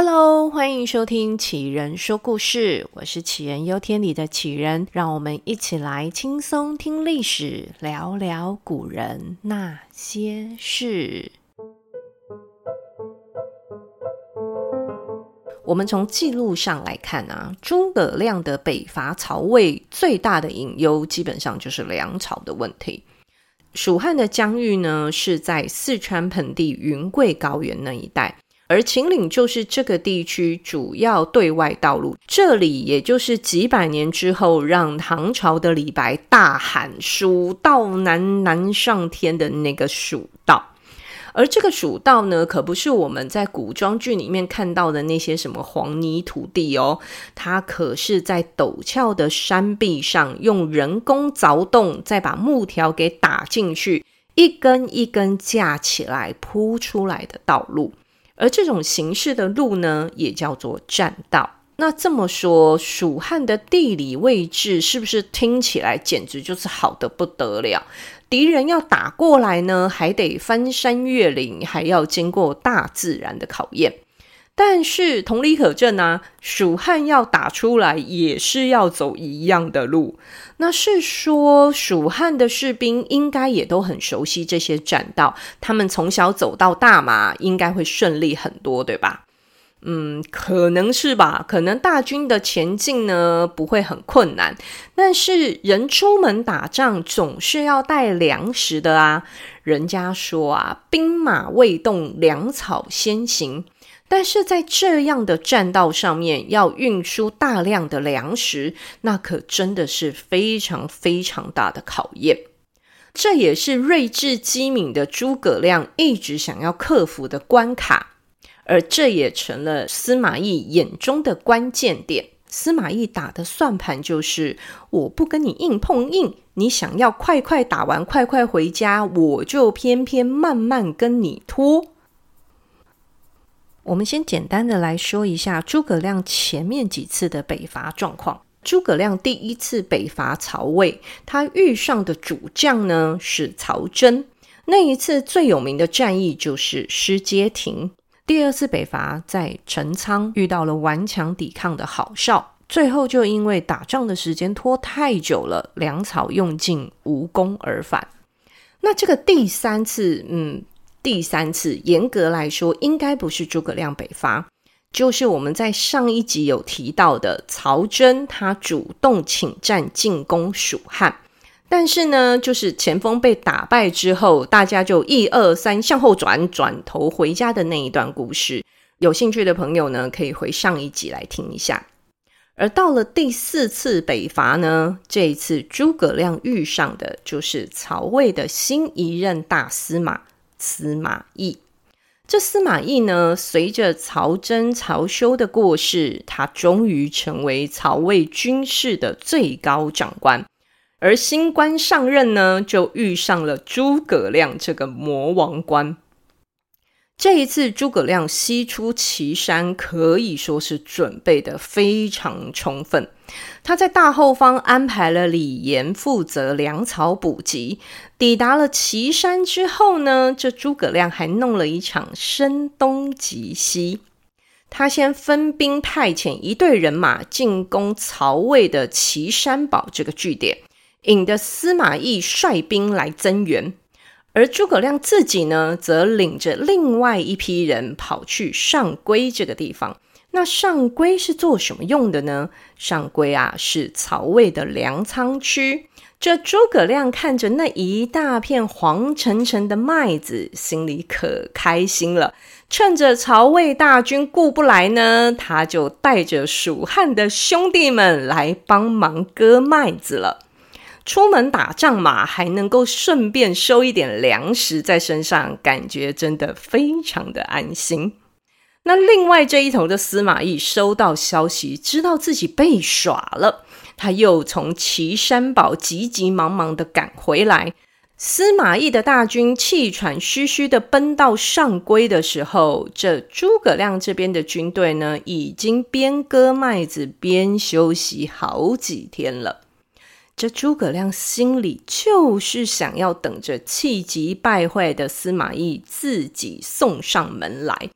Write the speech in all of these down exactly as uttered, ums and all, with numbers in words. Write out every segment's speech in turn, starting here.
Hello， 欢迎收听杞人说故事，我是杞人忧天里的杞人，让我们一起来轻松听历史，聊聊古人那些事。我们从记录上来看啊，诸葛亮的北伐曹魏最大的隐忧基本上就是粮草的问题。蜀汉的疆域呢是在四川盆地云贵高原那一带，而秦岭就是这个地区主要对外道路，这里也就是几百年之后让唐朝的李白大喊蜀道难，难上天的那个蜀道。而这个蜀道呢，可不是我们在古装剧里面看到的那些什么黄泥土地哦，它可是在陡峭的山壁上用人工凿洞，再把木条给打进去，一根一根架起来铺出来的道路。而这种形式的路呢，也叫做栈道。那这么说，蜀汉的地理位置是不是听起来简直就是好得不得了？敌人要打过来呢，还得翻山越岭，还要经过大自然的考验。但是同理可证啊，蜀汉要打出来也是要走一样的路。那是说蜀汉的士兵应该也都很熟悉这些栈道，他们从小走到大嘛，应该会顺利很多，对吧？嗯，可能是吧，可能大军的前进呢不会很困难，但是人出门打仗总是要带粮食的啊。人家说啊，兵马未动，粮草先行。但是在这样的栈道上面要运输大量的粮食，那可真的是非常非常大的考验。这也是睿智机敏的诸葛亮一直想要克服的关卡。而这也成了司马懿眼中的关键点。司马懿打的算盘就是，我不跟你硬碰硬，你想要快快打完快快回家，我就偏偏慢慢跟你拖。我们先简单的来说一下诸葛亮前面几次的北伐状况。诸葛亮第一次北伐曹魏，他遇上的主将呢是曹真。那一次最有名的战役就是失街亭。第二次北伐在陈仓遇到了顽强抵抗的郝绍，最后就因为打仗的时间拖太久了，粮草用尽，无功而返。那这个第三次嗯，第三次严格来说应该不是诸葛亮北伐，就是我们在上一集有提到的曹真，他主动请战进攻蜀汉。但是呢，就是前锋被打败之后，大家就一二三向后转，转头回家的那一段故事。有兴趣的朋友呢，可以回上一集来听一下。而到了第四次北伐呢，这一次诸葛亮遇上的就是曹魏的新一任大司马司马懿。这司马懿呢，随着曹真、曹休的过世，他终于成为曹魏军事的最高长官。而新官上任呢，就遇上了诸葛亮这个魔王关。这一次诸葛亮西出祁山，可以说是准备得非常充分。他在大后方安排了李严负责粮草补给。抵达了祁山之后呢，这诸葛亮还弄了一场声东击西。他先分兵派遣一队人马进攻曹魏的祁山堡这个据点，引得司马懿率兵来增援。而诸葛亮自己呢，则领着另外一批人跑去上邽这个地方。那上邽是做什么用的呢？上邽啊，是曹魏的粮仓区。这诸葛亮看着那一大片黄澄澄的麦子，心里可开心了。趁着曹魏大军顾不来呢，他就带着蜀汉的兄弟们来帮忙割麦子了。出门打仗嘛，还能够顺便收一点粮食在身上，感觉真的非常的安心。那另外这一头的司马懿收到消息，知道自己被耍了，他又从祁山堡急急忙忙的赶回来。司马懿的大军气喘吁吁的奔到上邽的时候，这诸葛亮这边的军队呢，已经边割麦子边休息好几天了。这诸葛亮心里就是想要等着气急败坏的司马懿自己送上门来，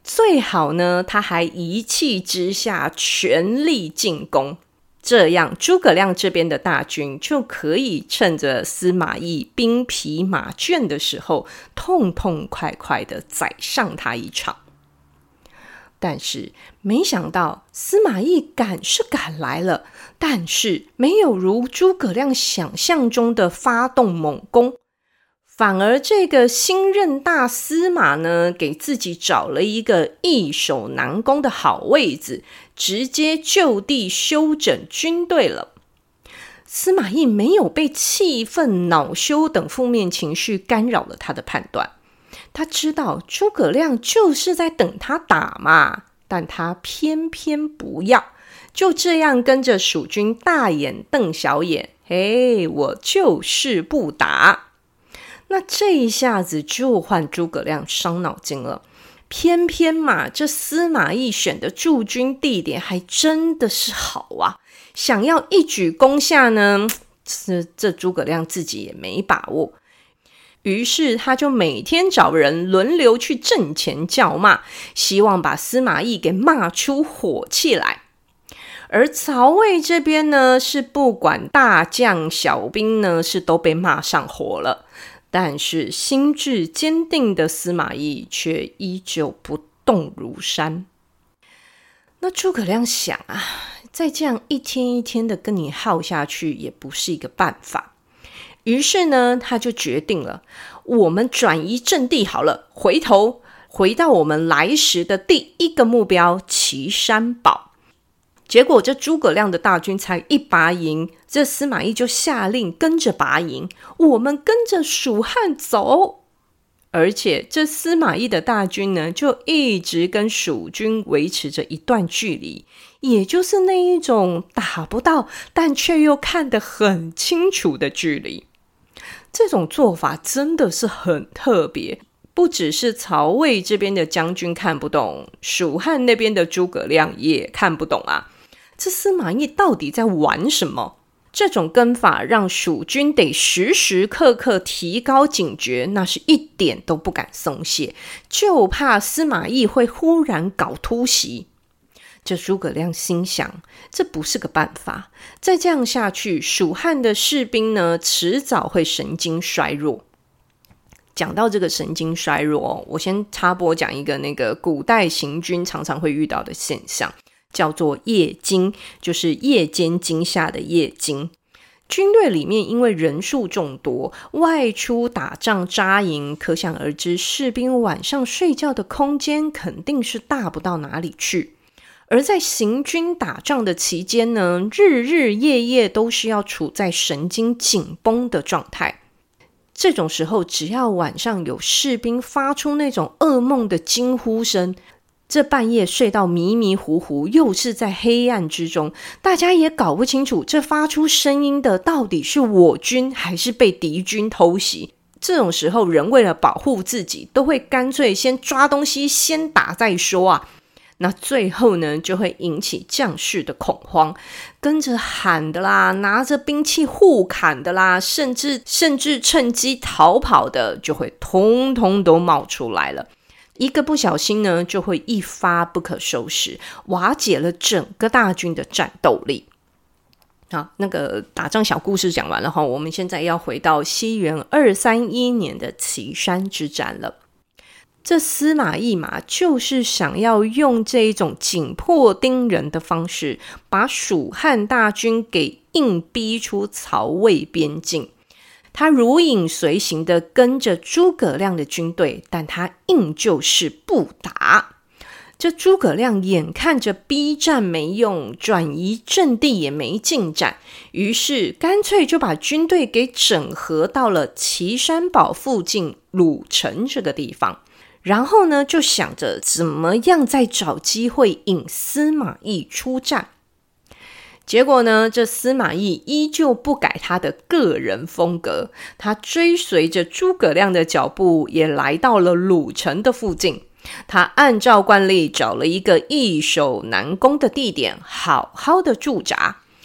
最好呢，他还一气之下全力进攻，这样诸葛亮这边的大军就可以趁着司马懿兵疲马倦的时候，痛痛快快的宰上他一场。但是没想到司马懿赶是赶来了，但是没有如诸葛亮想象中的发动猛攻，反而这个新任大司马呢，给自己找了一个易守难攻的好位子，直接就地休整军队了。司马懿没有被气愤、恼羞等负面情绪干扰了他的判断，他知道诸葛亮就是在等他打嘛，但他偏偏不要，就这样跟着蜀军大眼瞪小眼，嘿，我就是不打。那这一下子就换诸葛亮伤脑筋了，偏偏嘛，这司马懿选的驻军地点还真的是好啊，想要一举攻下呢，这这诸葛亮自己也没把握。于是他就每天找人轮流去阵前叫骂，希望把司马懿给骂出火气来。而曹魏这边呢，是不管大将小兵呢，是都被骂上火了，但是心智坚定的司马懿却依旧不动如山。那诸葛亮想啊，再这样一天一天的跟你耗下去也不是一个办法。于是呢，他就决定了，我们转移阵地好了，回头回到我们来时的第一个目标岐山堡。结果这诸葛亮的大军才一拔营，这司马懿就下令跟着拔营，我们跟着蜀汉走。而且这司马懿的大军呢，就一直跟蜀军维持着一段距离，也就是那一种打不到但却又看得很清楚的距离。这种做法真的是很特别，不只是曹魏这边的将军看不懂，蜀汉那边的诸葛亮也看不懂啊。这司马懿到底在玩什么？这种跟法让蜀军得时时刻刻提高警觉，那是一点都不敢松懈，就怕司马懿会忽然搞突袭。这诸葛亮心想，这不是个办法，再这样下去，蜀汉的士兵呢，迟早会神经衰弱。讲到这个神经衰弱，我先插播讲一个那个古代行军常常会遇到的现象，叫做夜惊，就是夜间惊吓的夜惊。军队里面因为人数众多，外出打仗扎营，可想而知士兵晚上睡觉的空间肯定是大不到哪里去。而在行军打仗的期间呢，日日夜夜都是要处在神经紧绷的状态。这种时候，只要晚上有士兵发出那种噩梦的惊呼声，这半夜睡到迷迷糊糊，又是在黑暗之中，大家也搞不清楚这发出声音的到底是我军还是被敌军偷袭。这种时候，人为了保护自己，都会干脆先抓东西先打再说啊。那最后呢，就会引起将士的恐慌，跟着喊的啦，拿着兵器互砍的啦，甚至甚至趁机逃跑的，就会通通都冒出来了。一个不小心呢，就会一发不可收拾，瓦解了整个大军的战斗力。好，那个打仗小故事讲完了哈，我们现在要回到西元二三一年的岐山之战了。这司马懿嘛，就是想要用这一种紧迫盯人的方式，把蜀汉大军给硬逼出曹魏边境。他如影随形的跟着诸葛亮的军队，但他硬就是不打。这诸葛亮眼看着逼战没用，转移阵地也没进展，于是干脆就把军队给整合到了岐山堡附近鲁城这个地方。然后呢，就想着怎么样再找机会引司马懿出战。结果呢，这司马懿依旧不改他的个人风格，他追随着诸葛亮的脚步，也来到了鲁城的附近。他按照惯例找了一个易守难攻的地点，好好的驻扎。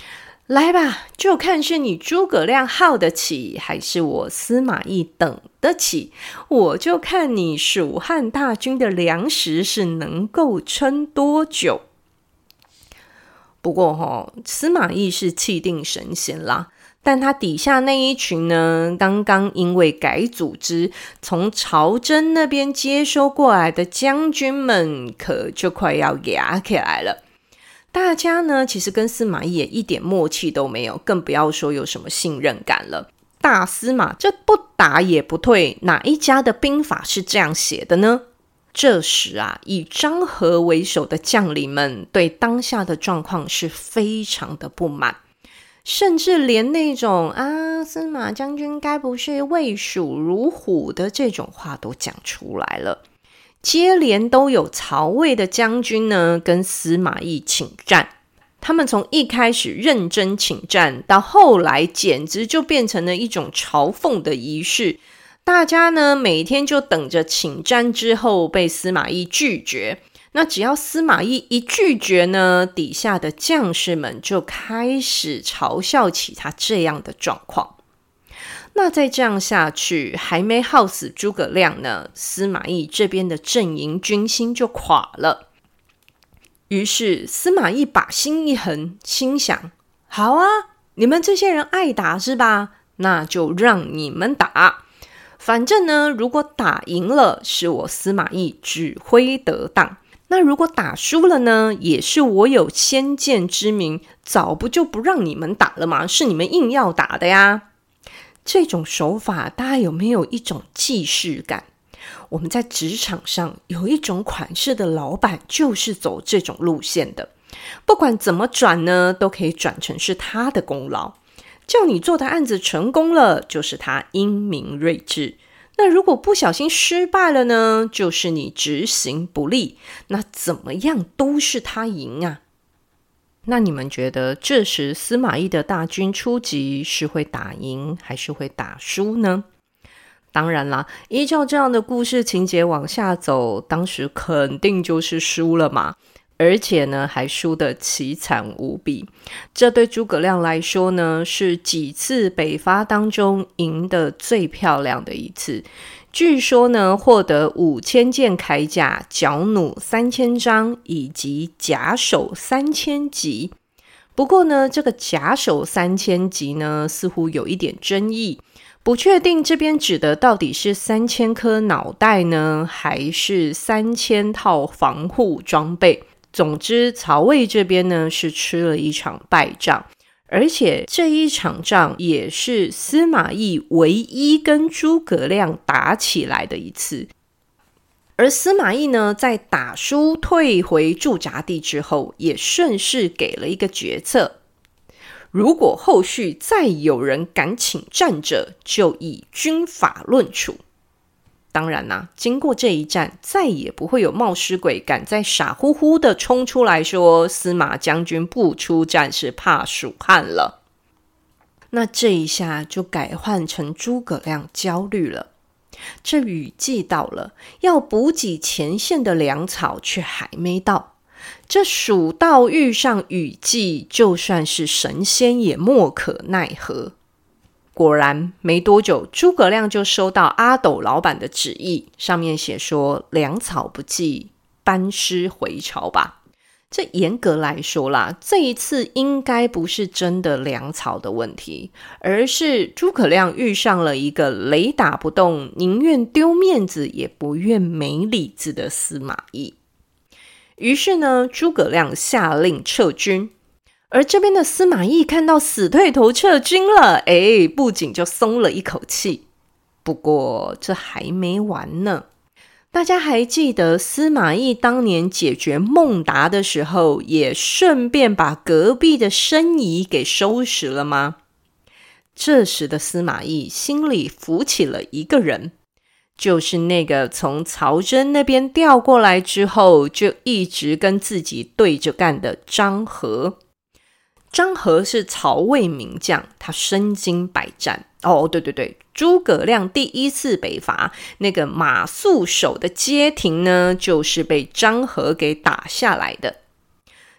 来吧，就看是你诸葛亮耗得起，还是我司马懿等得起，我就看你蜀汉大军的粮食是能够撑多久。不过齁，司马懿是气定神闲啦，但他底下那一群呢，刚刚因为改组织，从曹真那边接收过来的将军们，可就快要压起来了。大家呢，其实跟司马懿也一点默契都没有，更不要说有什么信任感了。大司马这不打也不退，哪一家的兵法是这样写的呢？这时啊，以张合为首的将领们对当下的状况是非常的不满，甚至连那种啊，司马将军该不是畏蜀如虎的这种话都讲出来了。接连都有曹魏的将军呢跟司马懿请战，他们从一开始认真请战，到后来简直就变成了一种嘲讽的仪式。大家呢每天就等着请战之后被司马懿拒绝，那只要司马懿一拒绝呢，底下的将士们就开始嘲笑起他这样的状况。那再这样下去，还没耗死诸葛亮呢，司马懿这边的阵营军心就垮了。于是司马懿把心一横，心想：好啊，你们这些人爱打是吧？那就让你们打。反正呢，如果打赢了，是我司马懿指挥得当；那如果打输了呢，也是我有先见之明，早不就不让你们打了吗？是你们硬要打的呀。这种手法大家有没有一种既视感？我们在职场上有一种款式的老板就是走这种路线的，不管怎么转呢，都可以转成是他的功劳。叫你做的案子成功了，就是他英明睿智；那如果不小心失败了呢，就是你执行不力，那怎么样都是他赢啊。那你们觉得这时司马懿的大军出击是会打赢还是会打输呢？当然啦，依照这样的故事情节往下走，当时肯定就是输了嘛，而且呢还输得凄惨无比。这对诸葛亮来说呢，是几次北伐当中赢得最漂亮的一次。据说呢，获得五千件铠甲、角弩三千张以及甲首三千级。不过呢，这个甲首三千级呢，似乎有一点争议，不确定这边指的到底是三千颗脑袋呢，还是三千套防护装备。总之，曹魏这边呢是吃了一场败仗。而且这一场仗也是司马懿唯一跟诸葛亮打起来的一次。而司马懿呢，在打输退回驻扎地之后，也顺势给了一个决策：如果后续再有人敢请战者，就以军法论处。当然啦，经过这一战，再也不会有冒失鬼敢再傻乎乎的冲出来说司马将军不出战是怕蜀汉了。那这一下就改换成诸葛亮焦虑了。这雨季到了，要补给前线的粮草却还没到。这蜀道遇上雨季，就算是神仙也莫可奈何。果然没多久，诸葛亮就收到阿斗老板的旨意，上面写说粮草不济，班师回朝吧。这严格来说啦，这一次应该不是真的粮草的问题，而是诸葛亮遇上了一个雷打不动，宁愿丢面子也不愿没里子的司马懿。于是呢，诸葛亮下令撤军。而这边的司马懿看到死对头撤军了，诶，不仅就松了一口气。不过这还没完呢。大家还记得司马懿当年解决孟达的时候，也顺便把隔壁的申仪给收拾了吗？这时的司马懿心里浮起了一个人，就是那个从曹真那边调过来之后，就一直跟自己对着干的张合。张合是曹魏名将，他身经百战。哦，对对对，诸葛亮第一次北伐，那个马谡守的街亭呢，就是被张合给打下来的。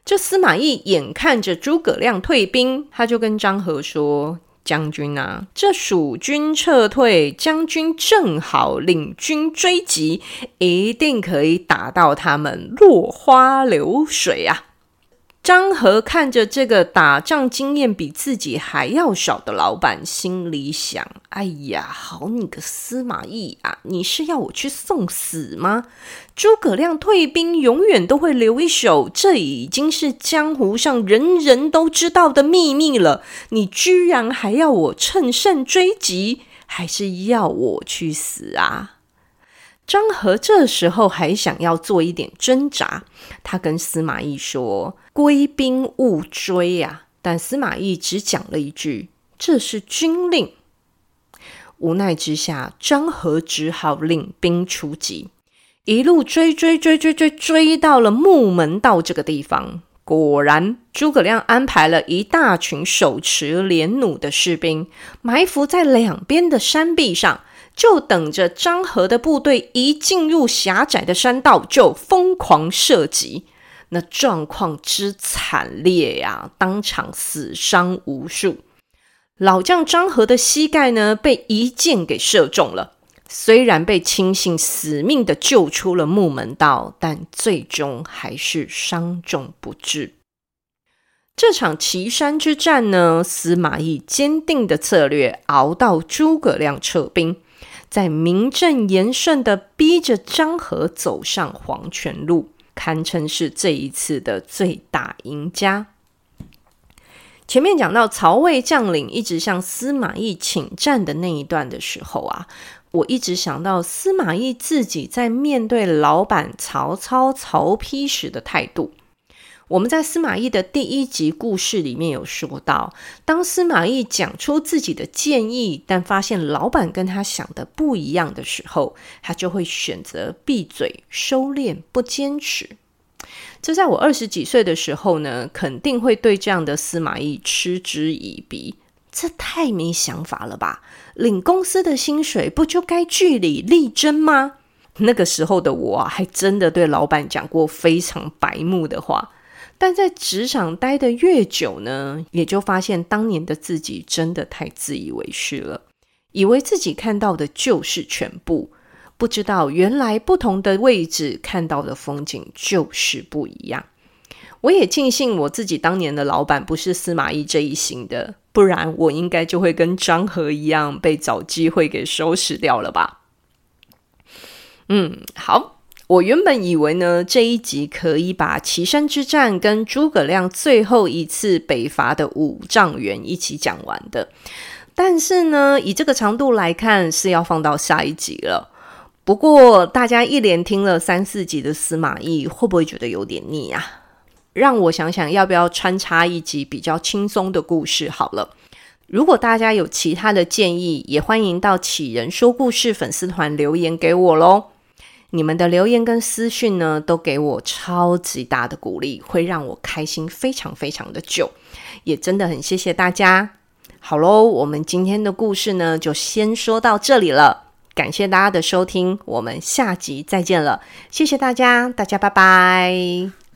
这司马懿眼看着诸葛亮退兵，他就跟张合说，将军啊，这蜀军撤退，将军正好领军追击，一定可以打到他们落花流水啊。张合看着这个打仗经验比自己还要少的老板，心里想，哎呀，好你个司马懿啊，你是要我去送死吗？诸葛亮退兵永远都会留一手，这已经是江湖上人人都知道的秘密了，你居然还要我乘胜追击，还是要我去死啊？张合这时候还想要做一点挣扎，他跟司马懿说，归兵勿追啊，但司马懿只讲了一句，这是军令。无奈之下，张合只好领兵出击，一路追追追追追追到了木门道这个地方。果然，诸葛亮安排了一大群手持连弩的士兵，埋伏在两边的山壁上，就等着张合的部队一进入狭窄的山道就疯狂射击。那状况之惨烈呀，当场死伤无数。老将张合的膝盖呢，被一箭给射中了，虽然被亲信死命的救出了木门道，但最终还是伤重不治。这场岐山之战呢，司马懿坚定的策略熬到诸葛亮撤兵，在名正言顺的逼着张合走上黄泉路，堪称是这一次的最大赢家。前面讲到曹魏将领一直向司马懿请战的那一段的时候啊，我一直想到司马懿自己在面对老板曹操、曹丕时的态度。我们在司马懿的第一集故事里面有说到，当司马懿讲出自己的建议，但发现老板跟他想的不一样的时候，他就会选择闭嘴、收敛、不坚持。这在我二十几岁的时候呢，肯定会对这样的司马懿嗤之以鼻。这太没想法了吧？领公司的薪水不就该据理力争吗？那个时候的我啊，还真的对老板讲过非常白目的话。但在职场待得越久呢，也就发现当年的自己真的太自以为是了，以为自己看到的就是全部，不知道原来不同的位置看到的风景就是不一样。我也庆幸我自己当年的老板不是司马懿这一型的，不然我应该就会跟张合一样被找机会给收拾掉了吧。嗯，好。我原本以为呢，这一集可以把岐山之战跟诸葛亮最后一次北伐的五丈原一起讲完的，但是呢，以这个长度来看是要放到下一集了。不过大家一连听了三四集的司马懿，会不会觉得有点腻啊？让我想想要不要穿插一集比较轻松的故事好了。如果大家有其他的建议，也欢迎到杞人说故事粉丝团留言给我咯。你们的留言跟私讯呢，都给我超级大的鼓励，会让我开心非常非常的久，也真的很谢谢大家。好咯，我们今天的故事呢，就先说到这里了，感谢大家的收听，我们下集再见了，谢谢大家，大家拜拜。